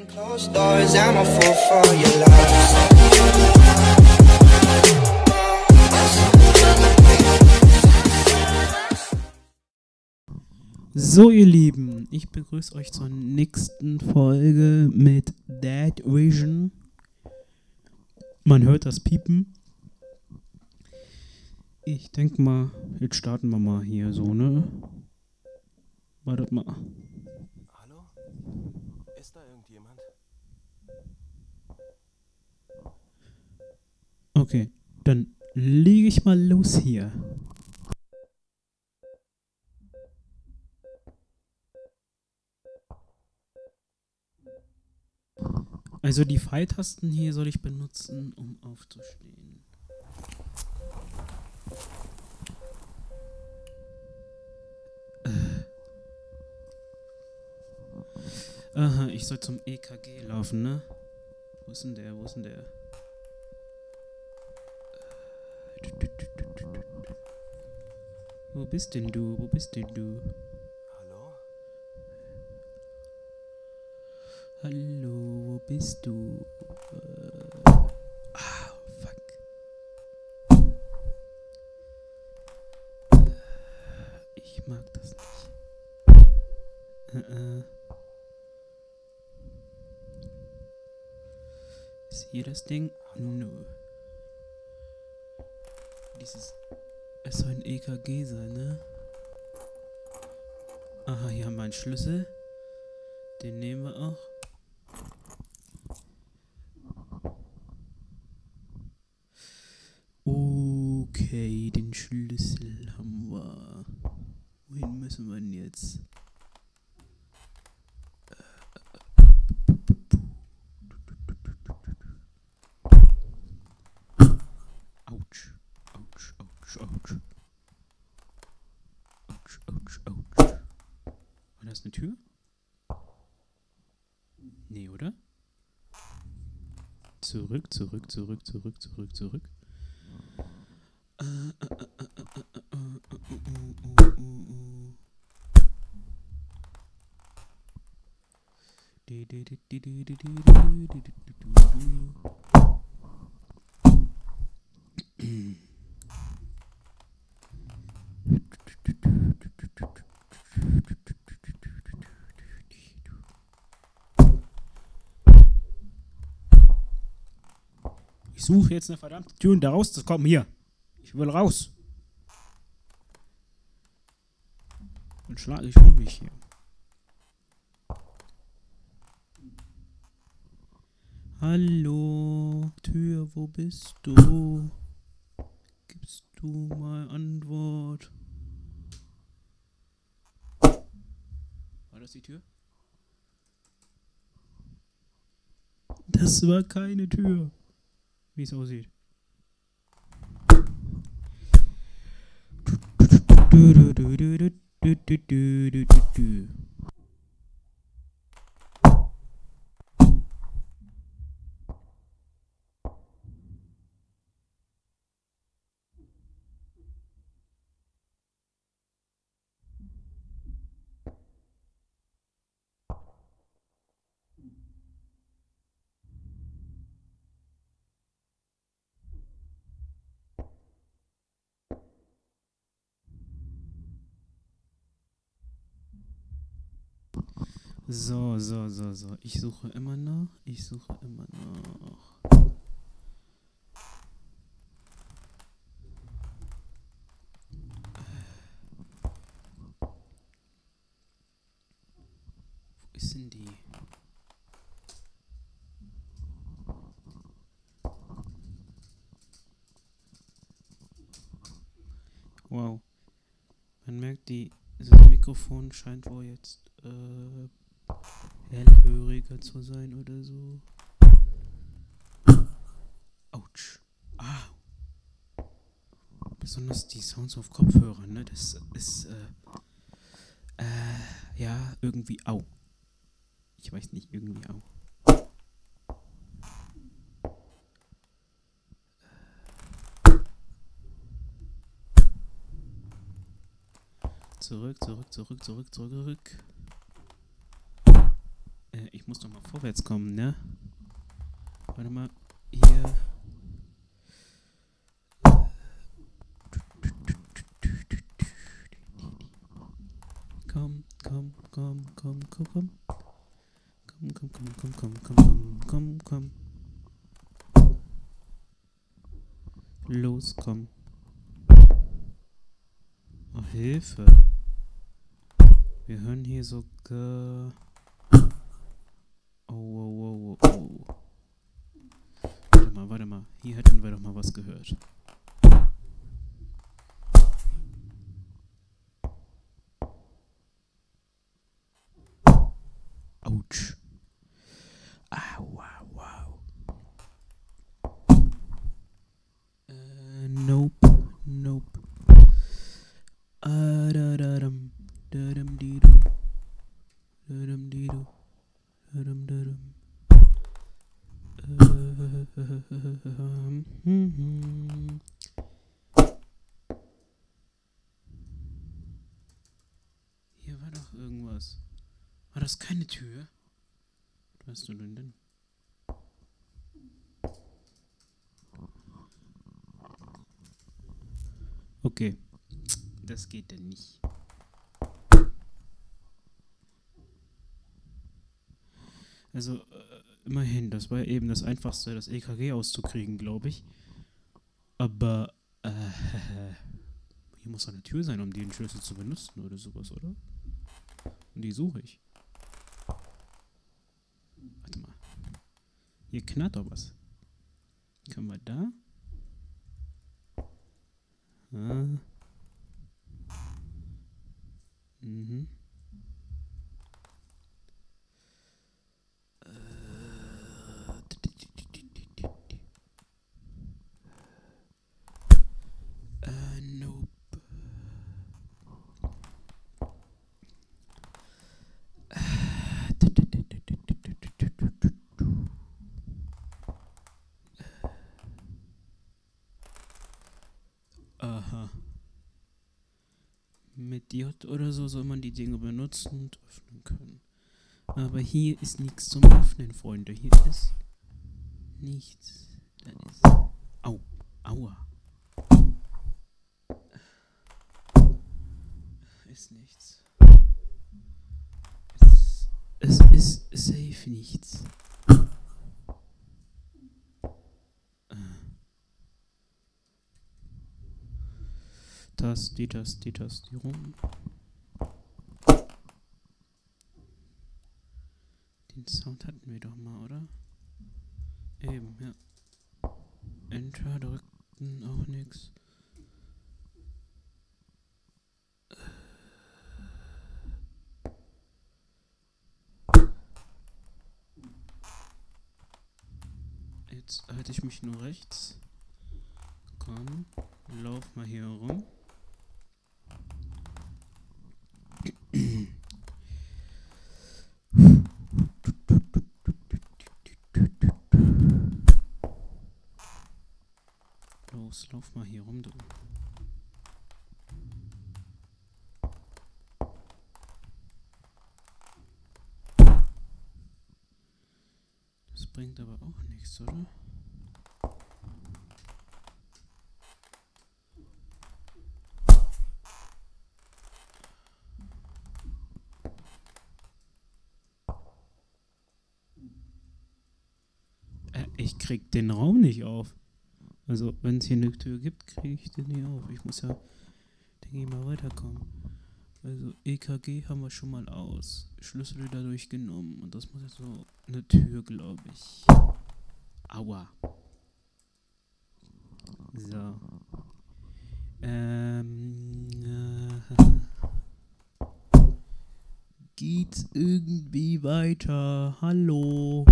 Closed doors, I'm a fool for your love. So ihr Lieben, ich begrüße euch zur nächsten Folge mit Dead Vision. Man hört das Piepen. Ich denke mal, jetzt starten wir mal hier so, ne? Wartet mal. Hallo? Ist da irgendjemand? Okay, dann lege ich mal los hier. Also die Pfeiltasten hier soll ich benutzen, um aufzustehen. Aha, ich soll zum EKG laufen, ne? Wo ist denn der? Wo ist denn der? Wo bist denn du? Wo bist denn du? Hallo? Hallo, wo bist du? Fuck. Ich mag das nicht. Ist hier das Ding? Nö. Es soll ein EKG sein, ne? Aha, hier haben wir einen Schlüssel. Den nehmen wir auch. Okay, den Schlüssel haben wir. Wohin müssen wir denn jetzt? Autsch. Autsch, Autsch, Autsch. Autsch, Autsch, Autsch. War das eine Tür? Nee, oder? Zurück, zurück, zurück, zurück, zurück, zurück. Ich suche jetzt eine verdammte Tür, um da rauszukommen. Hier. Ich will raus. Dann schlage ich um mich hier. Hallo, Tür, wo bist du? Gibst du mal Antwort? War das die Tür? Das war keine Tür. Wie es aussieht. So. Ich suche immer noch. Wo ist denn die? Wow. Man merkt, das Mikrofon scheint wohl jetzt hellhöriger zu sein oder so. Autsch. Besonders die Sounds auf Kopfhörern, ne? Das ist, ja, irgendwie au. Ich weiß nicht, irgendwie au. Zurück. ich muss doch mal vorwärts kommen, ne? Warte mal, hier. Komm. Komm. Los, komm. Oh, Hilfe. Wir hören hier sogar... Oh. Warte mal. Hier hätten wir doch mal was gehört. Autsch. Wow. Nope. Dadam didu. Hier war doch irgendwas. War das keine Tür? Was hast du denn? Okay. Das geht denn nicht. Also, immerhin, das war eben das Einfachste, das EKG auszukriegen, glaube ich. Aber, hier muss eine Tür sein, um den Schlüssel zu benutzen oder sowas, oder? Und die suche ich. Warte mal. Hier knarrt doch was. Können wir da? Ah. Mhm. Nope. Aha. Mit J oder so soll man die Dinge benutzen und öffnen können. Aber hier ist nichts zum Öffnen, Freunde. Hier ist nichts. Das ist... Aua. Ist nichts. Es ist safe nichts. Die Tastierung. Den Sound hatten wir doch mal, oder? Eben, ja. Enter drückten auch nix. Jetzt halte ich mich nur rechts. Komm, lauf mal hier rum. Los, lauf mal hier rum, du. Das bringt aber auch nichts, oder? Ich krieg den Raum nicht auf. Also, wenn es hier eine Tür gibt, kriege ich den nicht auf. Ich muss ja, denke ich, mal weiterkommen. Also, EKG haben wir schon mal aus. Schlüssel dadurch genommen. Und das muss jetzt so eine Tür, glaube ich. Aua. So. Geht's irgendwie weiter? Hallo?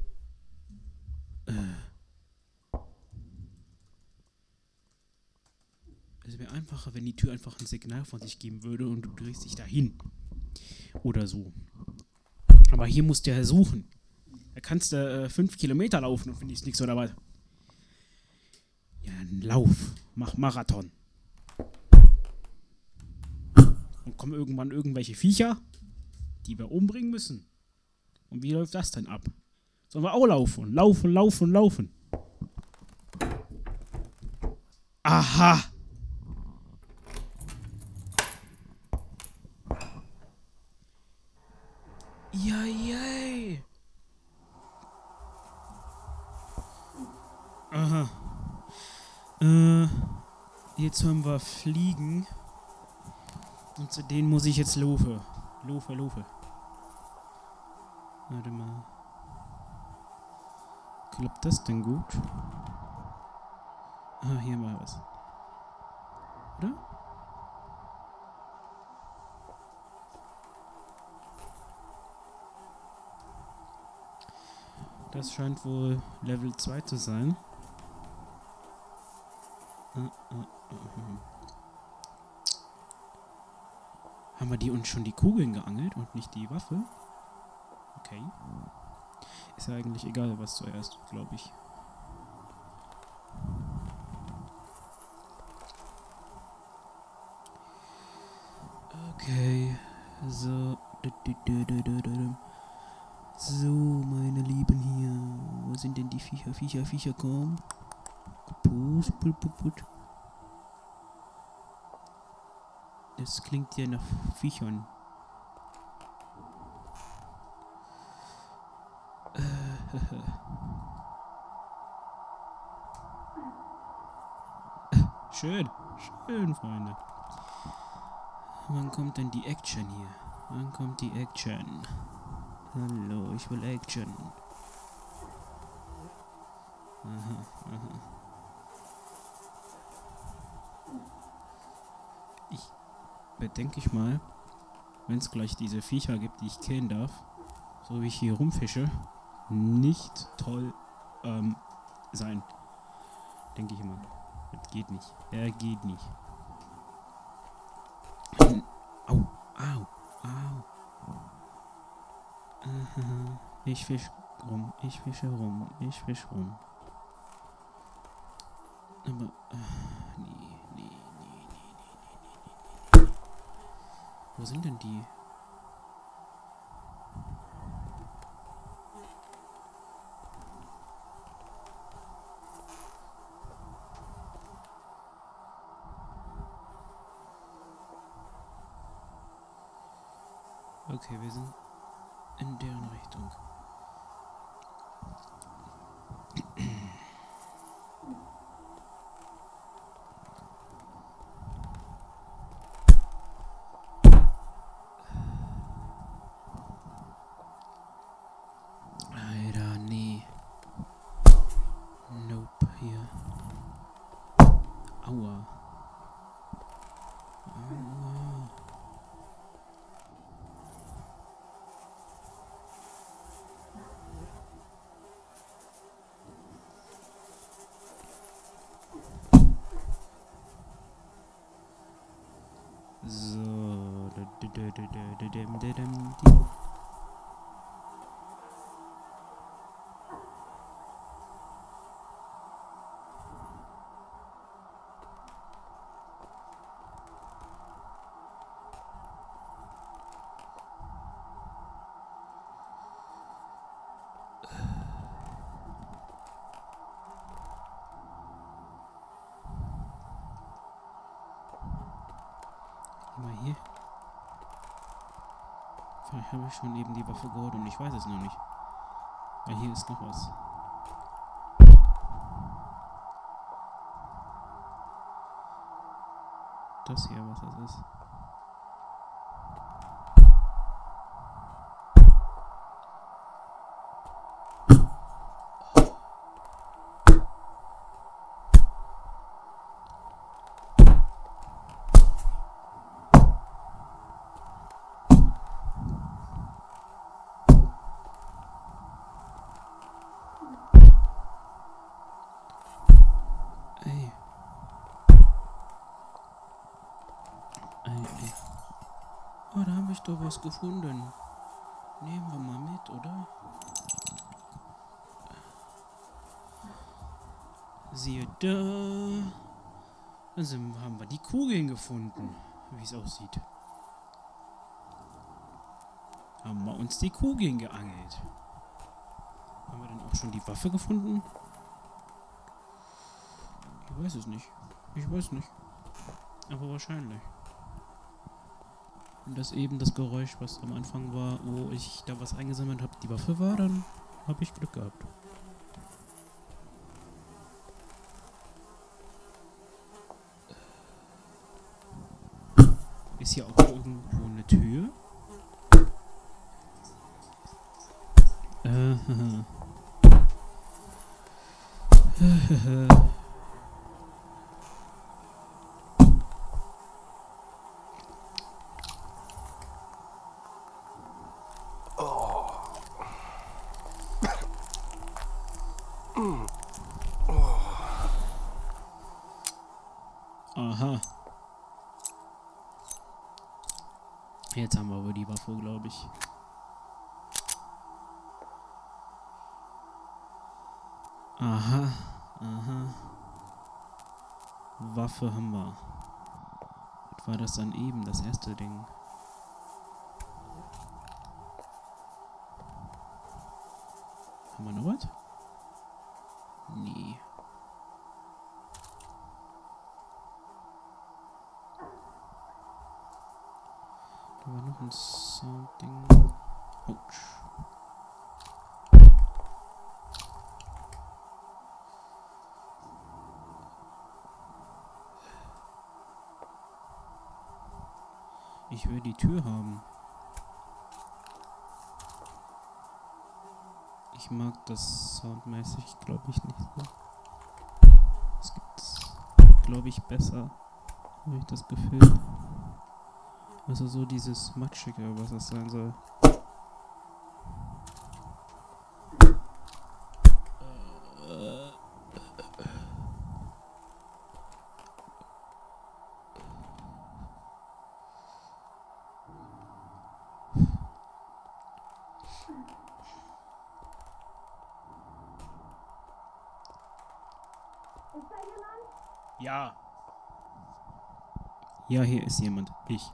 Es wäre einfacher, wenn die Tür einfach ein Signal von sich geben würde und du drehst dich dahin. Oder so. Aber hier musst du ja suchen. Da kannst du 5 Kilometer laufen und findest nichts oder was. Ja, ein Lauf. Mach Marathon. Und kommen irgendwann irgendwelche Viecher, die wir umbringen müssen. Und wie läuft das denn ab? Sollen wir auch laufen? Laufen, laufen, laufen. Aha! Ja, yay! Aha. Jetzt haben wir Fliegen. Und zu denen muss ich jetzt laufen. Laufe. Warte mal. Klappt das denn gut? Ah, hier mal was. Oder? Das scheint wohl Level 2 zu sein. Haben wir die uns schon die Kugeln geangelt und nicht die Waffe? Okay. Ist ja eigentlich egal, was zuerst, glaube ich. Okay. So. So, meine Lieben hier. Wo sind denn die Viecher? Komm. Put. Das klingt ja nach Viechern. Schön, Freunde. Wann kommt denn die Action hier? Wann kommt die Action? Hallo, ich will Action. Aha. Bedenke ich mal, wenn es gleich diese Viecher gibt, die ich kennen darf, so wie ich hier rumfische, nicht toll sein. Denke ich immer. Das geht nicht. Geht nicht. Au. Ich fische rum. Aber, nee. Wo sind denn die? Okay, wir sind in deren Richtung. Alter, nee. Nope, hier. Aua. So. Mal hier. Vielleicht habe ich schon eben die Waffe geholt und ich weiß es noch nicht. Weil hier ist noch was. Das hier, was das ist. Oh, da habe ich doch was gefunden. Nehmen wir mal mit, oder? Siehe da. Dann haben wir die Kugeln gefunden, wie es aussieht. Haben wir uns die Kugeln geangelt. Haben wir denn auch schon die Waffe gefunden? Ich weiß es nicht. Ich weiß nicht. Aber wahrscheinlich. Und das eben das Geräusch, was am Anfang war, wo ich da was eingesammelt habe, die Waffe war, dann habe ich Glück gehabt. Ist hier auch irgendwo eine Tür? Aha. Jetzt haben wir aber die Waffe, glaube ich. Aha. Aha. Waffe haben wir. Was war das dann eben, das erste Ding? Haben wir noch was? Nee. Da war noch ein Soundding. Autsch. Ich will die Tür haben. Ich mag das soundmäßig, glaube ich, nicht so. Es gibt's, glaube ich, besser. Habe ich das Gefühl. Also so dieses Matschige, was es sein soll. Ist da jemand? Ja. Ja, hier ist jemand. Ich.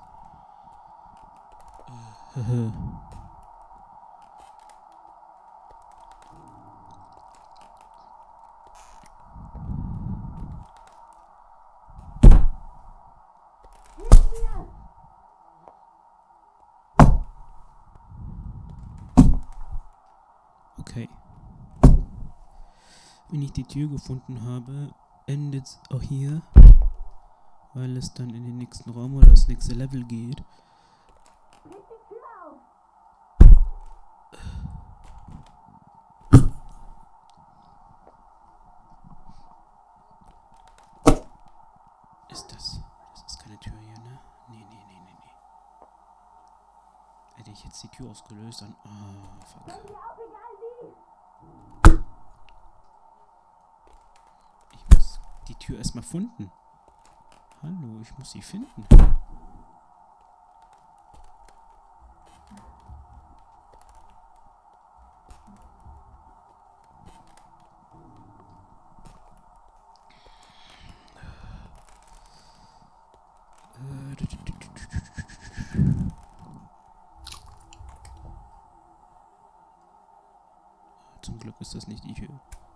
Hilf mir! Okay. Wenn ich die Tür gefunden habe, endet es auch hier, weil es dann in den nächsten Raum oder das nächste Level geht. Krieg die Tür auf! Ist das? Das ist keine Tür hier, ne? Nee. Hätte ich jetzt die Tür ausgelöst, dann... Ah, fuck. Hör mir auf, egal wie! Ich muss die Tür erstmal finden. Hallo, ich muss sie finden. Zum Glück ist das nicht die Tür.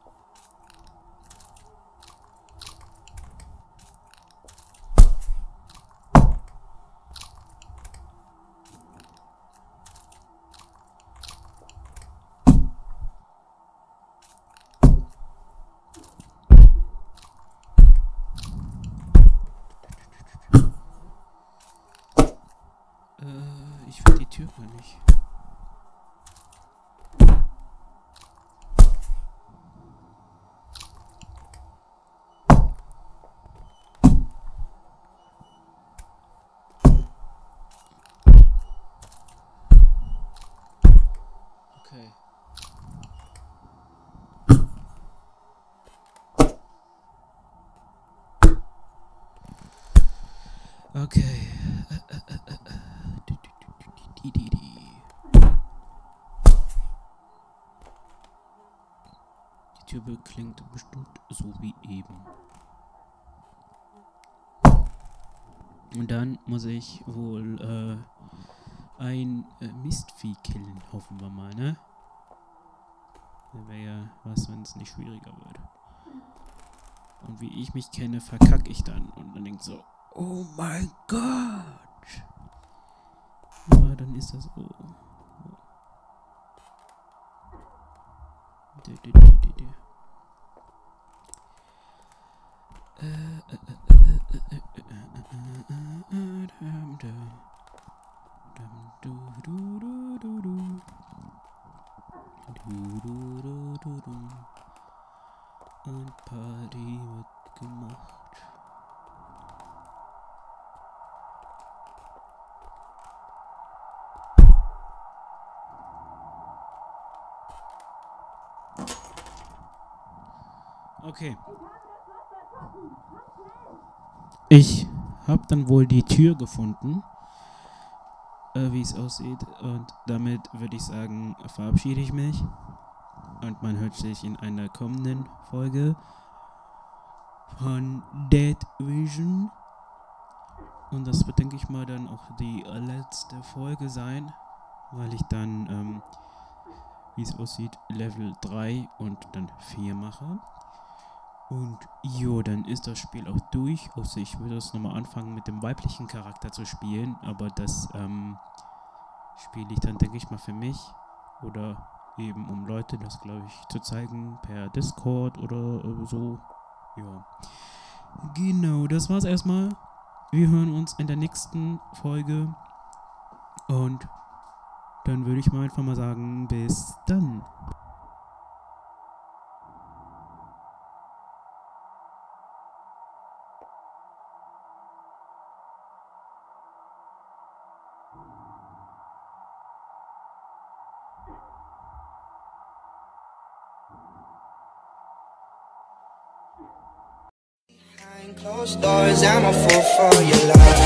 Ich finde die Tür gar nicht. Okay. Okay. Die Tür klingt bestimmt so wie eben. Und dann muss ich wohl ein Mistvieh killen, hoffen wir mal, ne? Wäre ja was, wenn es nicht schwieriger wird. Und wie ich mich kenne, verkacke ich dann. Und dann denkt so, oh mein Gott. Aber dann ist das so. Und Party wird gemacht. Okay. Ich habe dann wohl die Tür gefunden, wie es aussieht. Und damit würde ich sagen, verabschiede ich mich. Und man hört sich in einer kommenden Folge von Dead Vision. Und das wird, denke ich mal, dann auch die letzte Folge sein, weil ich dann, wie es aussieht, Level 3 und dann 4 mache. Und jo, dann ist das Spiel auch durch. Also ich würde das nochmal anfangen mit dem weiblichen Charakter zu spielen, aber das spiele ich dann, denke ich mal, für mich oder eben um Leute das, glaube ich, zu zeigen per Discord oder so. Ja. Genau, das war's erstmal. Wir hören uns in der nächsten Folge und dann würde ich mal einfach mal sagen, bis dann. Behind closed doors, I'm a fool for your love.